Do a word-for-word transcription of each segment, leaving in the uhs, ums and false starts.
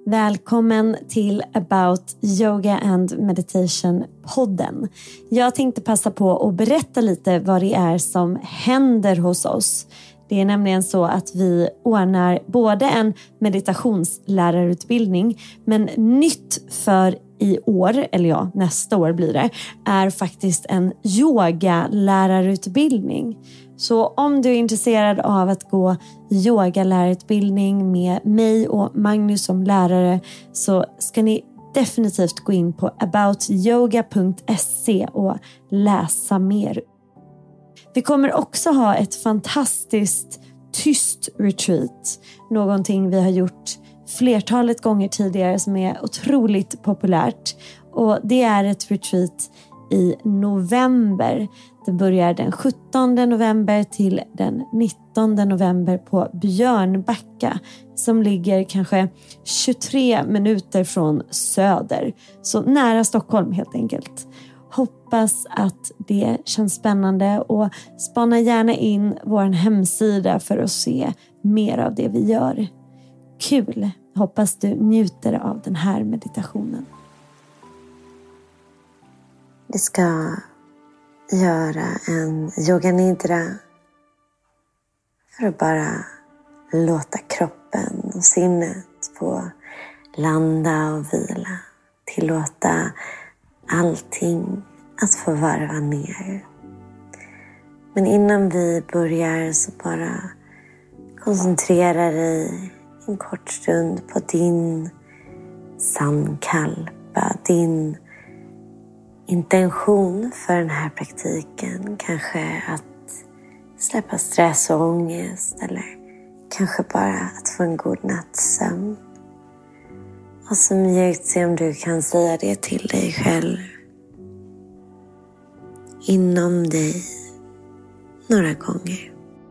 Välkommen till About Yoga and Meditation-podden. Jag tänkte passa på att berätta lite vad det är som händer hos oss. Det är nämligen så att vi ordnar både en meditationslärarutbildning, men nytt för i år, eller ja, nästa år blir det, är faktiskt en yogalärarutbildning. Så om du är intresserad av att gå yogalärarutbildning med mig och Magnus som lärare, så ska ni definitivt gå in på about yoga punkt se och läsa mer. Vi kommer också ha ett fantastiskt tyst retreat. Någonting vi har gjort flertalet gånger tidigare som är otroligt populärt. Och det är ett retreat i november. Det börjar den sjuttonde november till den nittonde november på Björnbacka, som ligger kanske tjugotre minuter från söder. Så nära Stockholm helt enkelt. Hoppas att det känns spännande och spana gärna in vår hemsida för att se mer av det vi gör. Kul! Hoppas du njuter av den här meditationen. Vi ska göra en yoga nidra för att bara låta kroppen och sinnet få landa och vila. Tillåta allting att få varva ner. Men innan vi börjar så bara koncentrera dig en kort stund på din sandkalpa, din intention för den här praktiken. Kanske att släppa stress och ångest, eller kanske bara att få en god natts sömn. Och så mjukt se om du kan säga det till dig själv, inom dig, några gånger.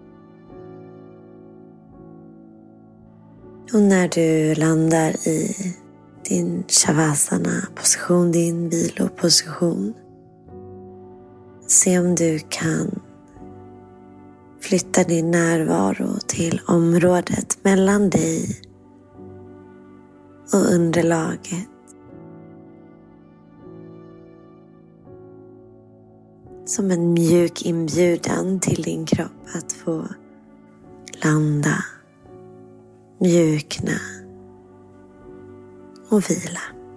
Och när du landar i din shavasana-position, din viloposition, se om du kan flytta din närvaro till området mellan dig och underlaget. Som en mjuk inbjudan till din kropp att få landa, mjukna och vila.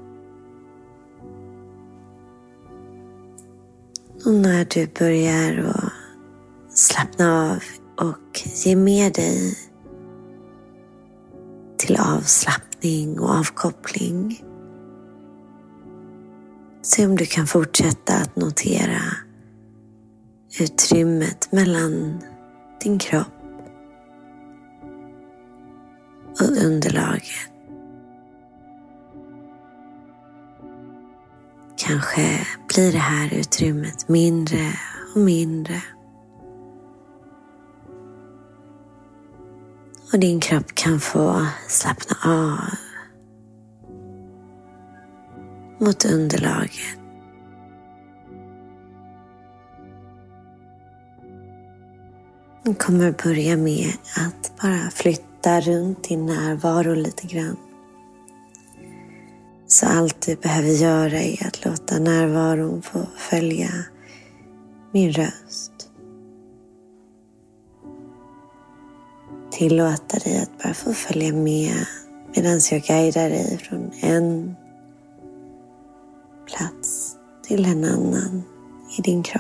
Och när du börjar att slappna av och ge med dig till avslappning och avkoppling, se om du kan fortsätta att notera utrymmet mellan din kropp och underlaget. Kanske blir det här utrymmet mindre och mindre. Och din kropp kan få slappna av mot underlaget. Du kommer börja med att bara flytta runt din närvaro lite grann. Så allt du behöver göra är att låta närvaron få följa min röst. Tillåta dig att bara få följa med medan jag guidar dig från en plats till en annan i din kropp.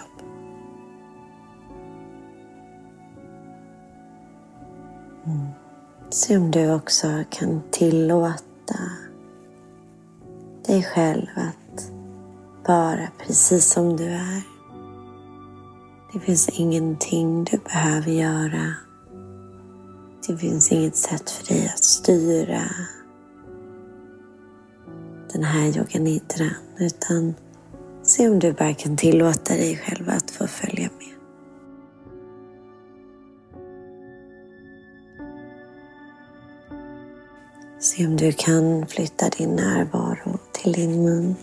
Mm. Se om du också kan tillåta dig själv att vara precis som du är. Det finns ingenting du behöver göra. Det finns inget sätt för dig att styra den här yoga nidran, utan se om du bara kan tillåta dig själv att få följa med. Se om du kan flytta din närvaro till din mun.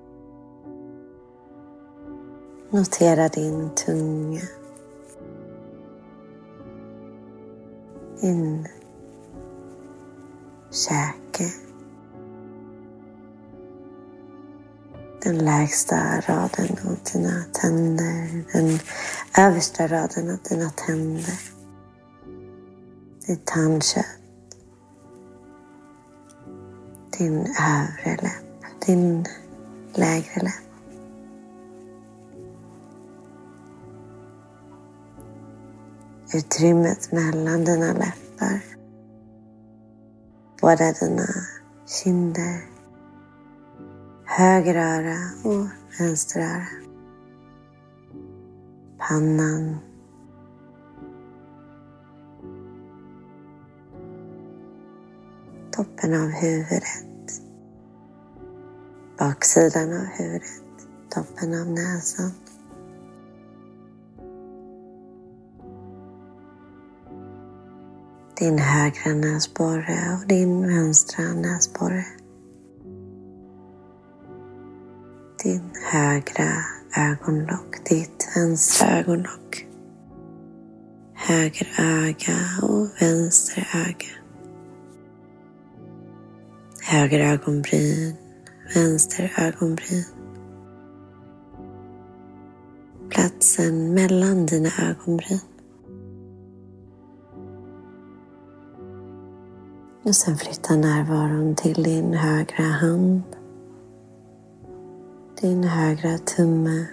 Notera din tunga. Din käke. Den lägsta raden av dina tänder. Den översta raden av dina tänder. Ditt tandkött. Din övre läpp. Din lägre läpp. Utrymmet mellan dina läppar. Båda dina kinder. Höger öra och vänster öra. Pannan. Toppen av huvudet. Baksidan av huvudet. Toppen av näsan. Din högra näsborre och din vänstra näsborre. Din högra ögonlock, ditt vänstra ögonlock. Höger öga och vänster öga. Höger ögonbryn, vänster ögonbryn. Platsen mellan dina ögonbryn. Och sen flytta närvaron till din högra hand. Din högra tumme.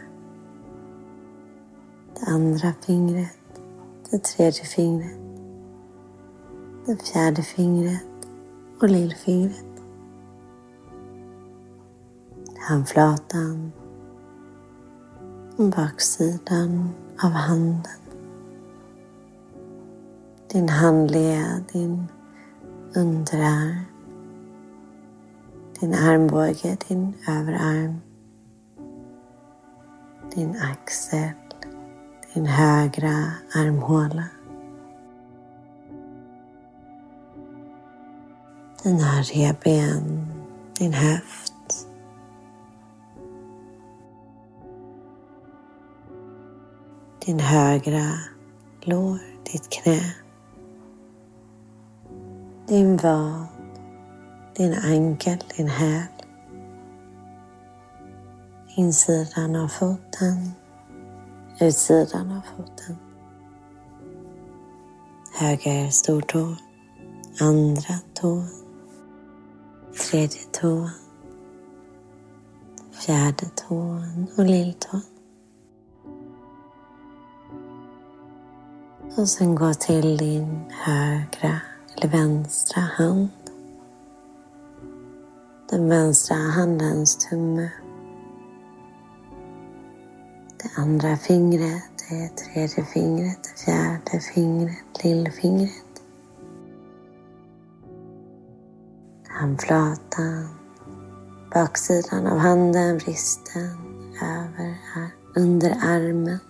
Det andra fingret. Det tredje fingret. Det fjärde fingret. Och lillfingret. Handflatan. Och baksidan av handen. Din handled. Din underarm. Din armbåge. Din överarm. Din axel, din högra armhåla. Dina revben, din höft. Din högra lår, ditt knä. Din vad, din ankel, din häl. Insidan av foten, utsidan av foten. Höger stortå, andra tå, tredje tå, fjärde tån och lilltån. Och sen gå till din högra eller vänstra hand. Den vänstra handens tumme. Det andra fingret, det tredje fingret, det fjärde fingret, lillfingret. Handflatan, baksidan av handen, vristen, över, under armen.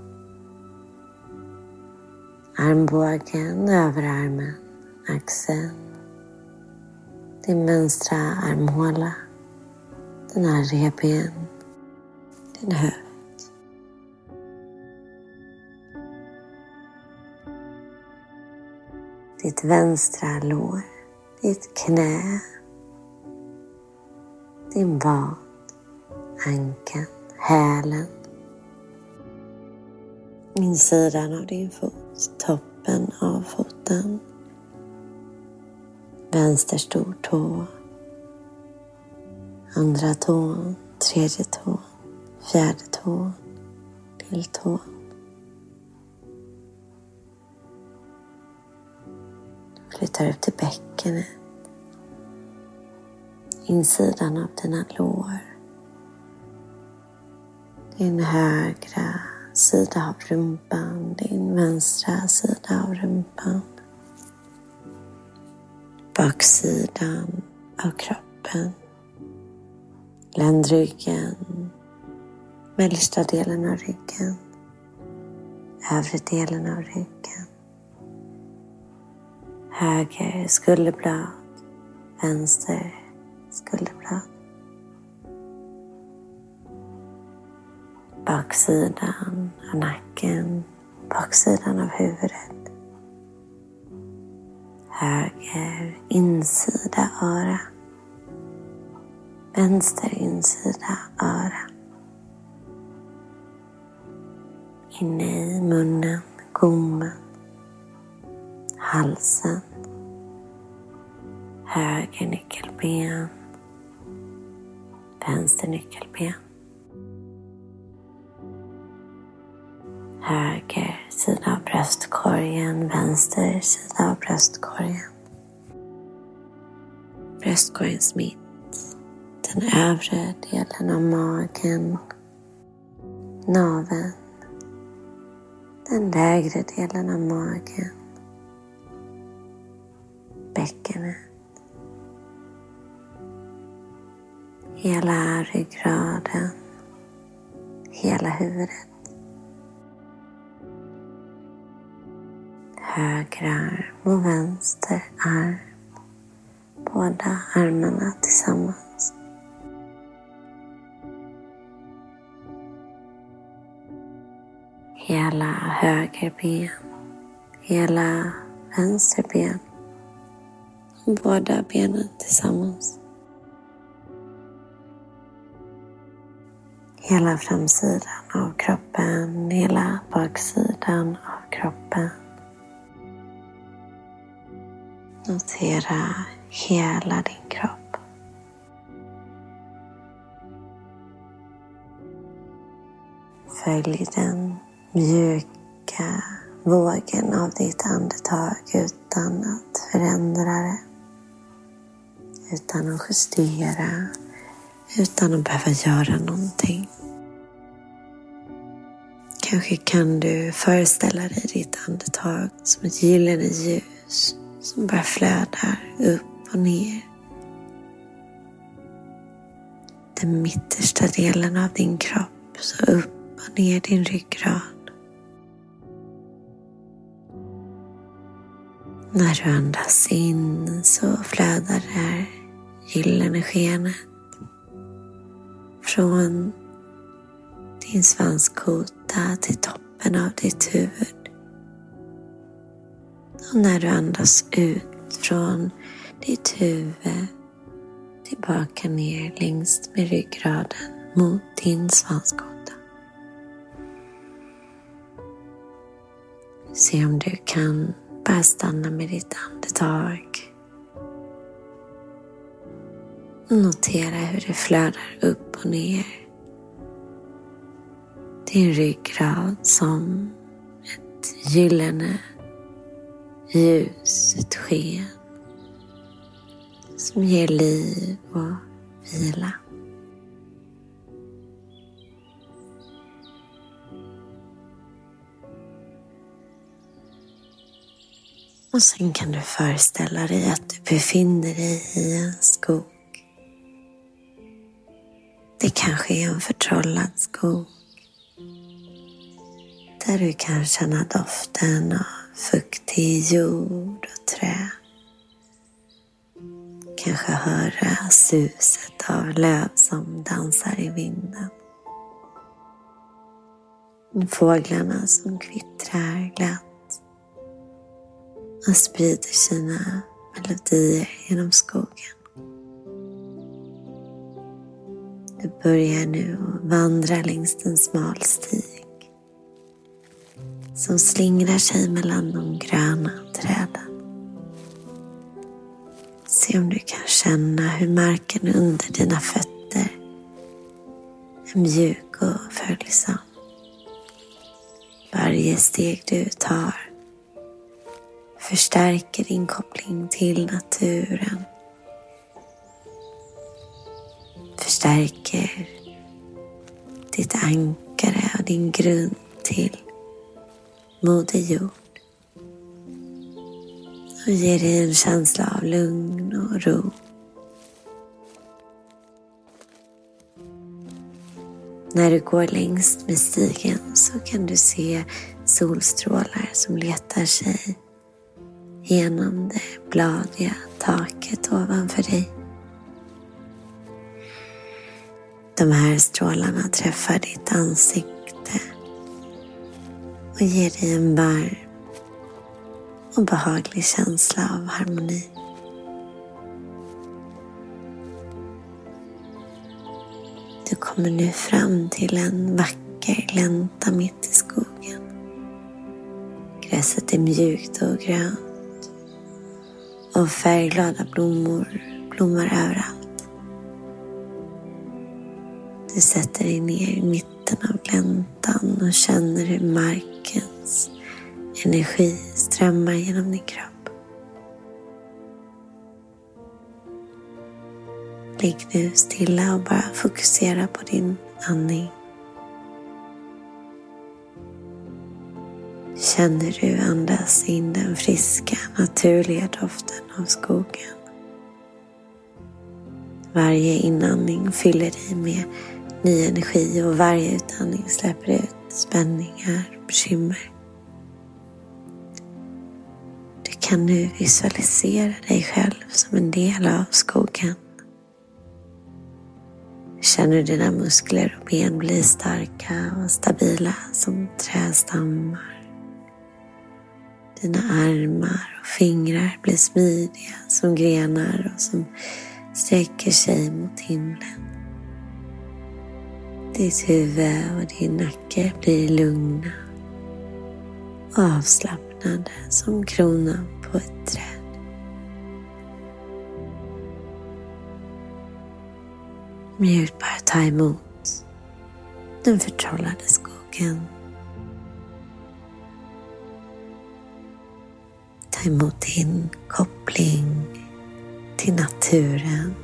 Armbågen, överarmen, axeln. Din vänstra armhåla, dina revben, din höft. Ditt vänstra lår, ditt knä, din vad, ankeln, hälen. Insidan av din fot, toppen av foten. Vänster stortå, andra tån, tredje tån, fjärde tån, lilltån. Flyttar upp till bäckenet. Insidan av dina lår. Din högra sida av rumpan. Din vänstra sida av rumpan. Baksidan av kroppen. Ländryggen. Mellersta delen av ryggen. Övre delen av ryggen. Höger skulderblad, vänster skulderblad. Baksidan av nacken, baksidan av huvudet. Höger insida öra. vänster insida öra. Inne i munnen, gommen, halsen, höger nyckelben, vänster nyckelben, höger sida av bröstkorgen, vänster sida av bröstkorgen, bröstkorgens mitt, den övre delen av magen, naveln, den lägre delen av magen, bäckenet, hela ryggraden, hela huvudet, höger arm och vänster arm, båda armarna tillsammans. Hela höger ben, hela vänster ben och båda benen tillsammans. Hela framsidan av kroppen, hela baksidan av kroppen. Notera hela din kropp. Följ den mjuka vågen av ditt andetag utan att förändra det. Utan att justera. Utan att behöva göra någonting. Kanske kan du föreställa dig ditt andetag som ett gyllene ljus som bara flödar upp och ner. Den mittersta delen av din kropp, så upp och ner din ryggrad. När du andas in så flödar det här gyllene skenet från din svanskota till toppen av ditt huvud. Och när du andas ut från ditt huvud tillbaka ner längst med ryggraden mot din svanskota. Se om du kan bara stanna med ditt andetag. Notera hur det flödar upp och ner. Din ryggrad som ett gyllene ljus, ett sken som ger liv och vila. Och sen kan du föreställa dig att du befinner dig i en skog. Det kanske är en förtrollad skog. Där du kan känna doften av fuktig jord och trä. Kanske höra suset av löv som dansar i vinden. Fåglarna som kvittrar glatt och sprider sina melodier genom skogen. Du börjar nu att vandra längs en smal stig som slingrar sig mellan de gröna träden. Se om du kan känna hur marken under dina fötter är mjuk och följsam. Varje steg du tar förstärker din koppling till naturen. Förstärker ditt ankare och din grund till Moder Jord. Och ger dig en känsla av lugn och ro. När du går längst med stigen så kan du se solstrålar som letar sig genom det bladiga taket ovanför dig. De här strålarna träffar ditt ansikte och ger dig en varm och behaglig känsla av harmoni. Du kommer nu fram till en vacker glänta mitt i skogen. Gräset är mjukt och grönt och färgglada blommor blommar överallt. Du sätter dig ner i mitten av gläntan och känner hur markens energi strömmar genom din kropp. Ligg nu stilla och bara fokusera på din andning. Känner du andas in den friska, naturliga doften av skogen. Varje inandning fyller dig med ny energi och varje utandning släpper ut spänningar och bekymmer. Du kan nu visualisera dig själv som en del av skogen. Känner du dina muskler och ben bli starka och stabila som trädstammar. Dina armar och fingrar blir smidiga som grenar och som sträcker sig mot himlen. Ditt huvud och din nacke blir lugna och avslappnade som kronan på ett träd. Mjukt bara ta emot den förtrollade skogen. Ta emot din koppling till naturen.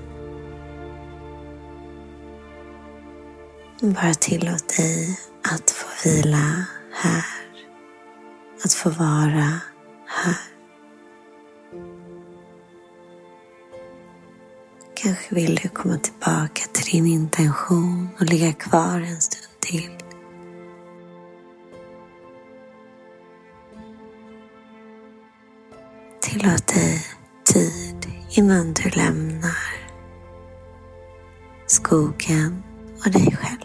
Bara tillåt dig att få vila här. Att få vara här. Kanske vill du komma tillbaka till din intention och ligga kvar en stund till. Tillåt dig tid innan du lämnar skogen och dig själv.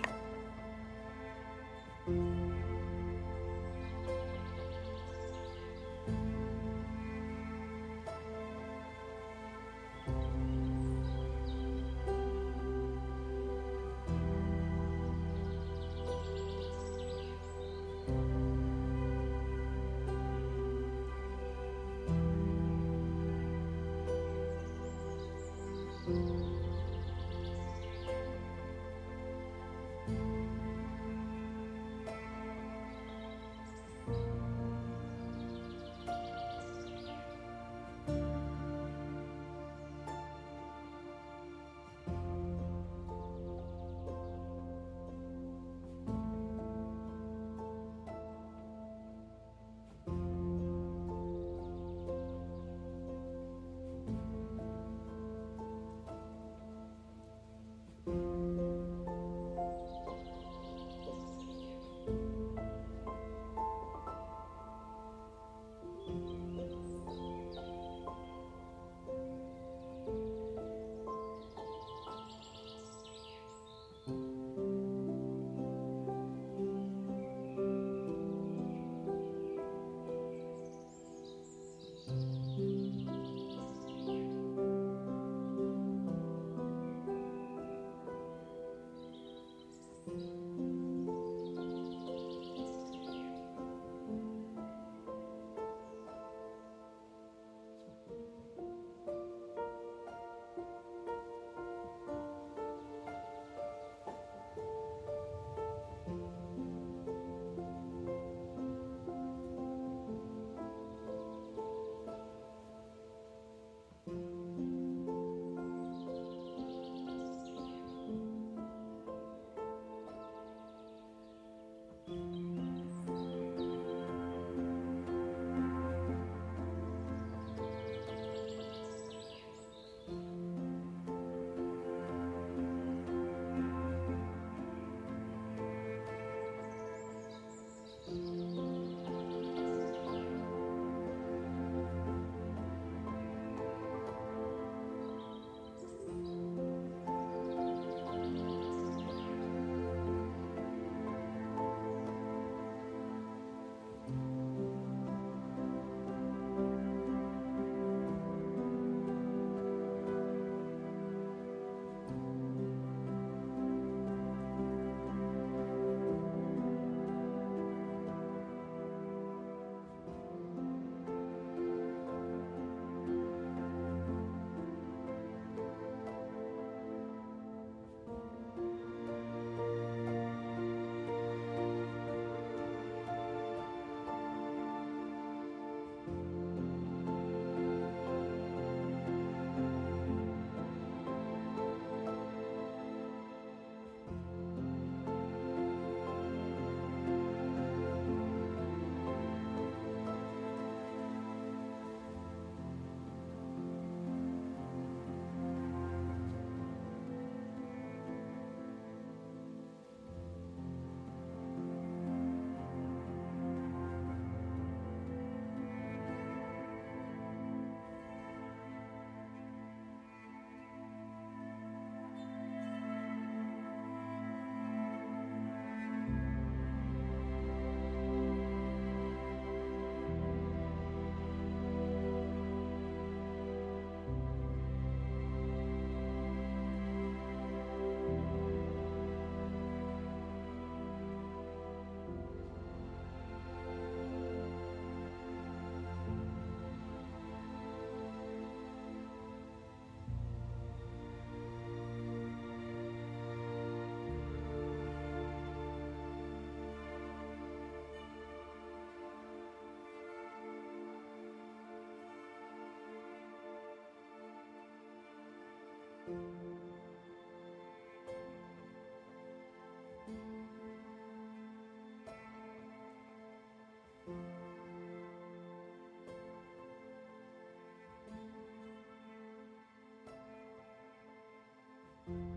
Mm.